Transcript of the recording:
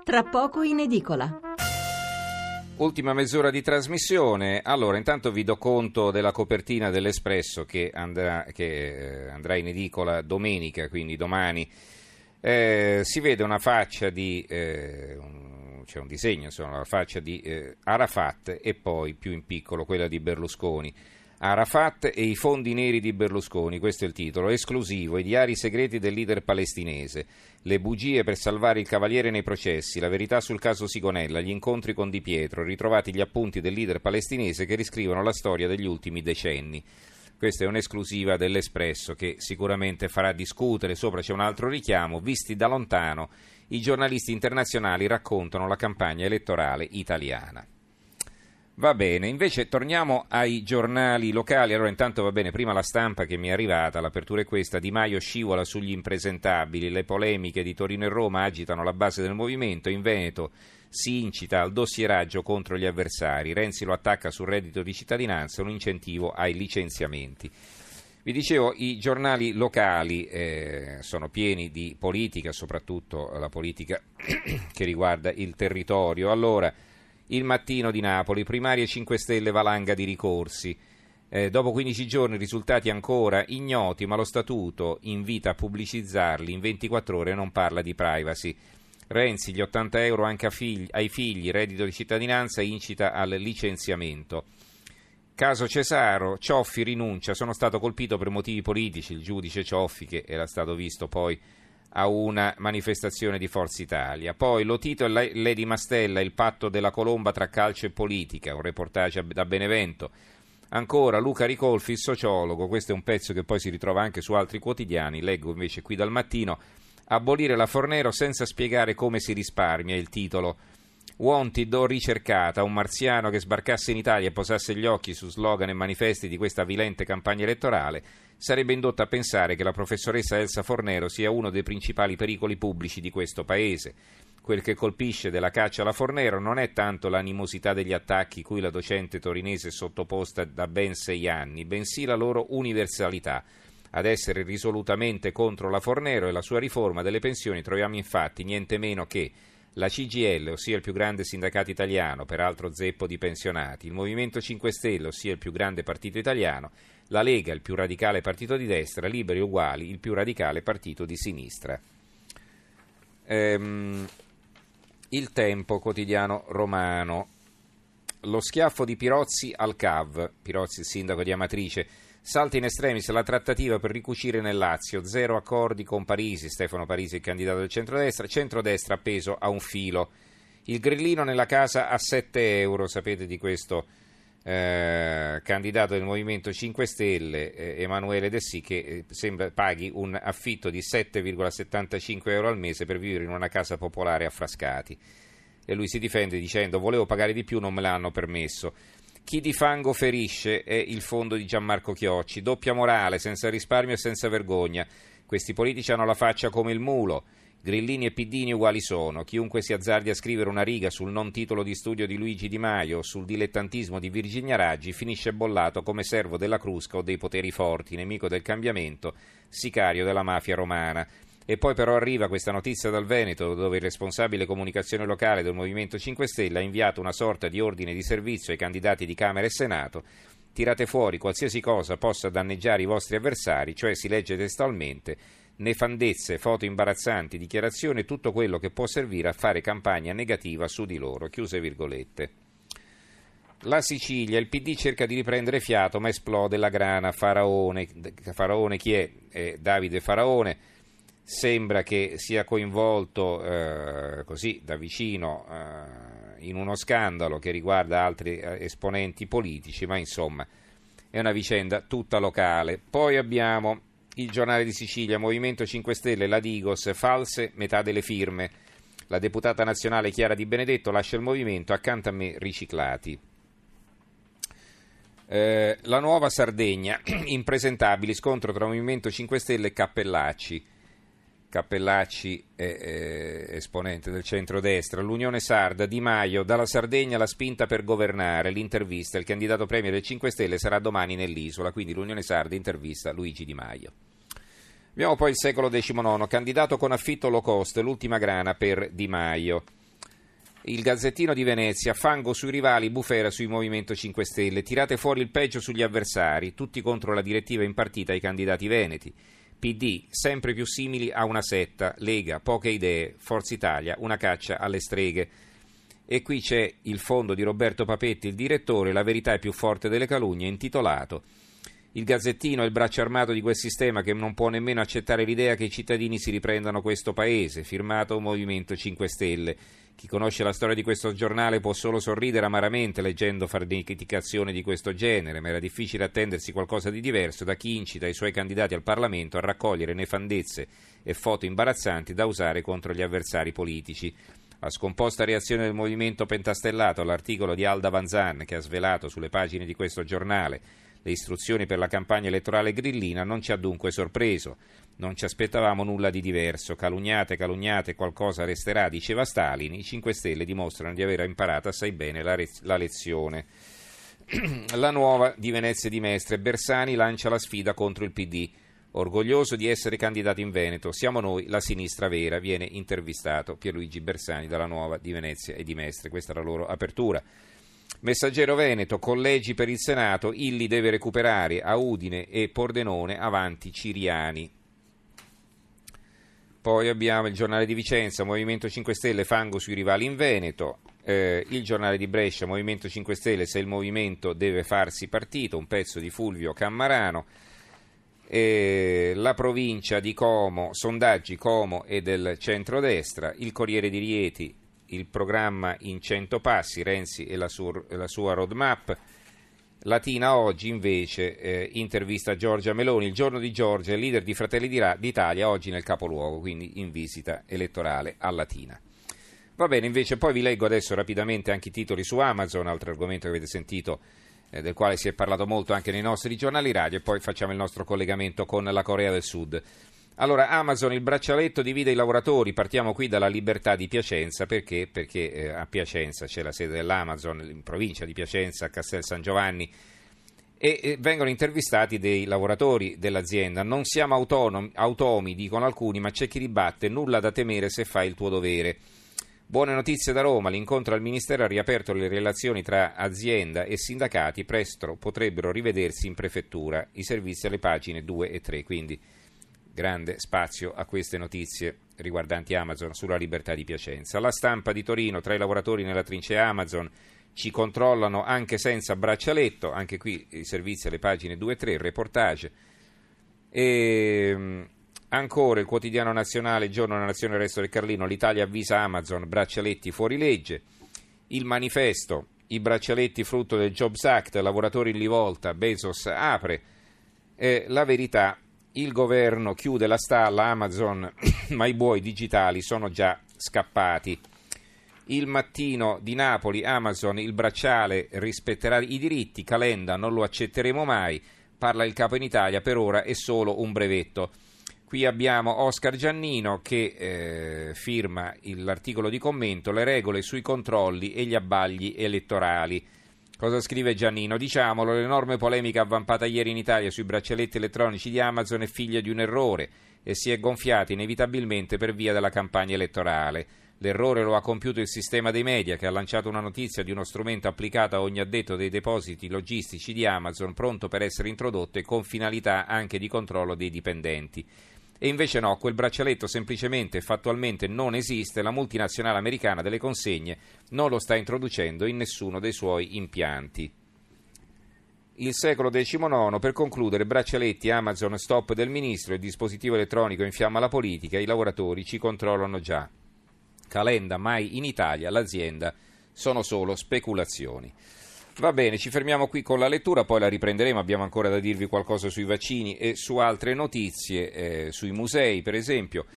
tra poco in edicola. Ultima mezz'ora di trasmissione. Allora, intanto vi do conto della copertina dell'Espresso che andrà in edicola domenica, quindi domani. Si vede una faccia di c'è un disegno, insomma, la faccia di Arafat e poi più in piccolo quella di Berlusconi. Arafat e i fondi neri di Berlusconi, questo è il titolo, esclusivo, i diari segreti del leader palestinese, le bugie per salvare il cavaliere nei processi, la verità sul caso Sigonella, gli incontri con Di Pietro, ritrovati gli appunti del leader palestinese che riscrivono la storia degli ultimi decenni. Questa è un'esclusiva dell'Espresso che sicuramente farà discutere. Sopra c'è un altro richiamo, visti da lontano, i giornalisti internazionali raccontano la campagna elettorale italiana. Va bene, invece torniamo ai giornali locali. Allora intanto va bene, prima La Stampa che mi è arrivata, l'apertura è questa: Di Maio scivola sugli impresentabili, le polemiche di Torino e Roma agitano la base del movimento, in Veneto si incita al dossieraggio contro gli avversari, Renzi lo attacca sul reddito di cittadinanza, un incentivo ai licenziamenti. Vi dicevo, i giornali locali sono pieni di politica, soprattutto la politica che riguarda il territorio. Allora, Il Mattino di Napoli, primarie 5 Stelle, valanga di ricorsi. Dopo 15 giorni risultati ancora ignoti, ma lo statuto invita a pubblicizzarli in 24 ore e non parla di privacy. Renzi, gli 80 euro anche ai figli, reddito di cittadinanza, incita al licenziamento. Caso Cesaro, Cioffi rinuncia, sono stato colpito per motivi politici, il giudice Cioffi che era stato visto poi a una manifestazione di Forza Italia. Poi Lotito e Lady Mastella, il patto della colomba tra calcio e politica, un reportage da Benevento. Ancora Luca Ricolfi, il sociologo, questo è un pezzo che poi si ritrova anche su altri quotidiani, leggo invece qui dal Mattino. Abolire la Fornero senza spiegare come si risparmia, il titolo. Wanted o ricercata, un marziano che sbarcasse in Italia e posasse gli occhi su slogan e manifesti di questa avvilente campagna elettorale sarebbe indotto a pensare che la professoressa Elsa Fornero sia uno dei principali pericoli pubblici di questo paese. Quel che colpisce della caccia alla Fornero non è tanto l'animosità degli attacchi cui la docente torinese è sottoposta da ben 6 anni, bensì la loro universalità. Ad essere risolutamente contro la Fornero e la sua riforma delle pensioni troviamo infatti niente meno che la CGIL, ossia il più grande sindacato italiano, peraltro zeppo di pensionati, il Movimento 5 Stelle, ossia il più grande partito italiano, la Lega, il più radicale partito di destra, Liberi e Uguali, il più radicale partito di sinistra. Il Tempo, quotidiano romano. Lo schiaffo di Pirozzi al CAV, Pirozzi il sindaco di Amatrice. Salta in extremis la trattativa per ricucire nel Lazio, 0 accordi con Parisi, Stefano Parisi il candidato del centrodestra appeso a un filo. Il grillino nella casa a 7 euro, sapete di questo candidato del Movimento 5 Stelle, Emanuele Dessì, che sembra paghi un affitto di 7,75 euro al mese per vivere in una casa popolare a Frascati. E lui si difende dicendo: volevo pagare di più, non me l'hanno permesso. Chi di fango ferisce è il fondo di Gianmarco Chiocci, doppia morale, senza risparmio e senza vergogna. Questi politici hanno la faccia come il mulo. Grillini e Piddini uguali sono. Chiunque si azzardi a scrivere una riga sul non titolo di studio di Luigi Di Maio o sul dilettantismo di Virginia Raggi finisce bollato come servo della Crusca o dei poteri forti, nemico del cambiamento, sicario della mafia romana. E poi però arriva questa notizia dal Veneto, dove il responsabile comunicazione locale del Movimento 5 Stelle ha inviato una sorta di ordine di servizio ai candidati di Camera e Senato: tirate fuori qualsiasi cosa possa danneggiare i vostri avversari, cioè si legge testualmente: nefandezze, foto imbarazzanti, dichiarazioni, tutto quello che può servire a fare campagna negativa su di loro, chiuse virgolette. La Sicilia, il PD cerca di riprendere fiato ma esplode la grana. Faraone chi è? Davide Faraone. Sembra che sia coinvolto così da vicino in uno scandalo che riguarda altri esponenti politici, ma insomma è una vicenda tutta locale. Poi abbiamo il Giornale di Sicilia, Movimento 5 Stelle, la Digos, false metà delle firme. La deputata nazionale Chiara Di Benedetto lascia il movimento, accanto a me riciclati. La Nuova Sardegna, impresentabili, scontro tra Movimento 5 Stelle e Cappellacci. Cappellacci è esponente del centrodestra. L'Unione Sarda, Di Maio, dalla Sardegna la spinta per governare. L'intervista, il candidato premier del 5 Stelle sarà domani nell'isola, quindi l'Unione Sarda intervista Luigi Di Maio. Abbiamo poi il secolo XIX, candidato con affitto low cost, l'ultima grana per Di Maio. Il Gazzettino di Venezia, fango sui rivali, bufera sui Movimento 5 Stelle, tirate fuori il peggio sugli avversari, tutti contro la direttiva impartita ai candidati veneti. PD, sempre più simili a una setta, Lega, poche idee, Forza Italia, una caccia alle streghe. E qui c'è il fondo di Roberto Papetti, il direttore, La verità è più forte delle calunnie, intitolato Il Gazzettino è il braccio armato di quel sistema che non può nemmeno accettare l'idea che i cittadini si riprendano questo paese, firmato Movimento 5 Stelle. Chi conosce la storia di questo giornale può solo sorridere amaramente leggendo farneticazioni di questo genere, ma era difficile attendersi qualcosa di diverso da chi incita i suoi candidati al Parlamento a raccogliere nefandezze e foto imbarazzanti da usare contro gli avversari politici. La scomposta reazione del movimento pentastellato all'articolo di Alda Vanzan, che ha svelato sulle pagine di questo giornale le istruzioni per la campagna elettorale grillina, non ci ha dunque sorpreso. Non ci aspettavamo nulla di diverso. Calunniate, qualcosa resterà, diceva Stalin. I 5 Stelle dimostrano di aver imparato assai bene la lezione. La Nuova di Venezia e di Mestre. Bersani lancia la sfida contro il PD. Orgoglioso di essere candidato in Veneto, siamo noi la sinistra vera, viene intervistato Pierluigi Bersani dalla Nuova di Venezia e di Mestre, questa è la loro apertura. Messaggero Veneto, collegi per il Senato, Illy deve recuperare, a Udine e Pordenone avanti Ciriani. Poi abbiamo il Giornale di Vicenza, Movimento 5 Stelle, fango sui rivali in Veneto. Il Giornale di Brescia, Movimento 5 Stelle, se il movimento deve farsi partito, un pezzo di Fulvio Cammarano. La provincia di Como, sondaggi Como e del centrodestra. Il Corriere di Rieti, il programma in 100 passi, Renzi e la sua roadmap. Latina oggi invece intervista Giorgia Meloni, il giorno di Giorgia, il leader di Fratelli d'Italia, oggi nel capoluogo, quindi in visita elettorale a Latina. Va bene, invece poi vi leggo adesso rapidamente anche i titoli su Amazon, altro argomento che avete sentito, del quale si è parlato molto anche nei nostri giornali radio, e poi facciamo il nostro collegamento con la Corea del Sud. Allora, Amazon, il braccialetto divide i lavoratori, partiamo qui dalla Libertà di Piacenza, perché a Piacenza c'è la sede dell'Amazon, in provincia di Piacenza, a Castel San Giovanni, e vengono intervistati dei lavoratori dell'azienda. Non siamo automi, dicono alcuni, ma c'è chi ribatte, nulla da temere se fai il tuo dovere. Buone notizie da Roma, l'incontro al Ministero ha riaperto le relazioni tra azienda e sindacati, presto potrebbero rivedersi in prefettura, i servizi alle pagine 2 e 3, quindi grande spazio a queste notizie riguardanti Amazon sulla Libertà di Piacenza. La Stampa di Torino, tra i lavoratori nella trincea Amazon, ci controllano anche senza braccialetto, anche qui i servizi alle pagine 2 e 3, il reportage. E ancora il Quotidiano Nazionale, Giorno della Nazione, il Resto del Carlino, l'Italia avvisa Amazon, braccialetti fuori legge. Il Manifesto, i braccialetti frutto del Jobs Act, lavoratori in rivolta, Bezos apre. La Verità, il governo chiude la stalla Amazon, ma i buoi digitali sono già scappati. Il Mattino di Napoli, Amazon, il bracciale rispetterà i diritti, Calenda non lo accetteremo mai, parla il capo in Italia, per ora è solo un brevetto. Qui abbiamo Oscar Giannino che firma l'articolo di commento, le regole sui controlli e gli abbagli elettorali. Cosa scrive Giannino? Diciamolo, l'enorme polemica avvampata ieri in Italia sui braccialetti elettronici di Amazon è figlia di un errore e si è gonfiata inevitabilmente per via della campagna elettorale. L'errore lo ha compiuto il sistema dei media, che ha lanciato una notizia di uno strumento applicato a ogni addetto dei depositi logistici di Amazon, pronto per essere introdotto e con finalità anche di controllo dei dipendenti. E invece no, quel braccialetto semplicemente e fattualmente non esiste, la multinazionale americana delle consegne non lo sta introducendo in nessuno dei suoi impianti. Il Secolo XIX, per concludere, braccialetti, Amazon, stop del ministro, il dispositivo elettronico infiamma la politica, i lavoratori ci controllano già. Calenda, mai in Italia, l'azienda, sono solo speculazioni. Va bene, ci fermiamo qui con la lettura, poi la riprenderemo, abbiamo ancora da dirvi qualcosa sui vaccini e su altre notizie, sui musei per esempio.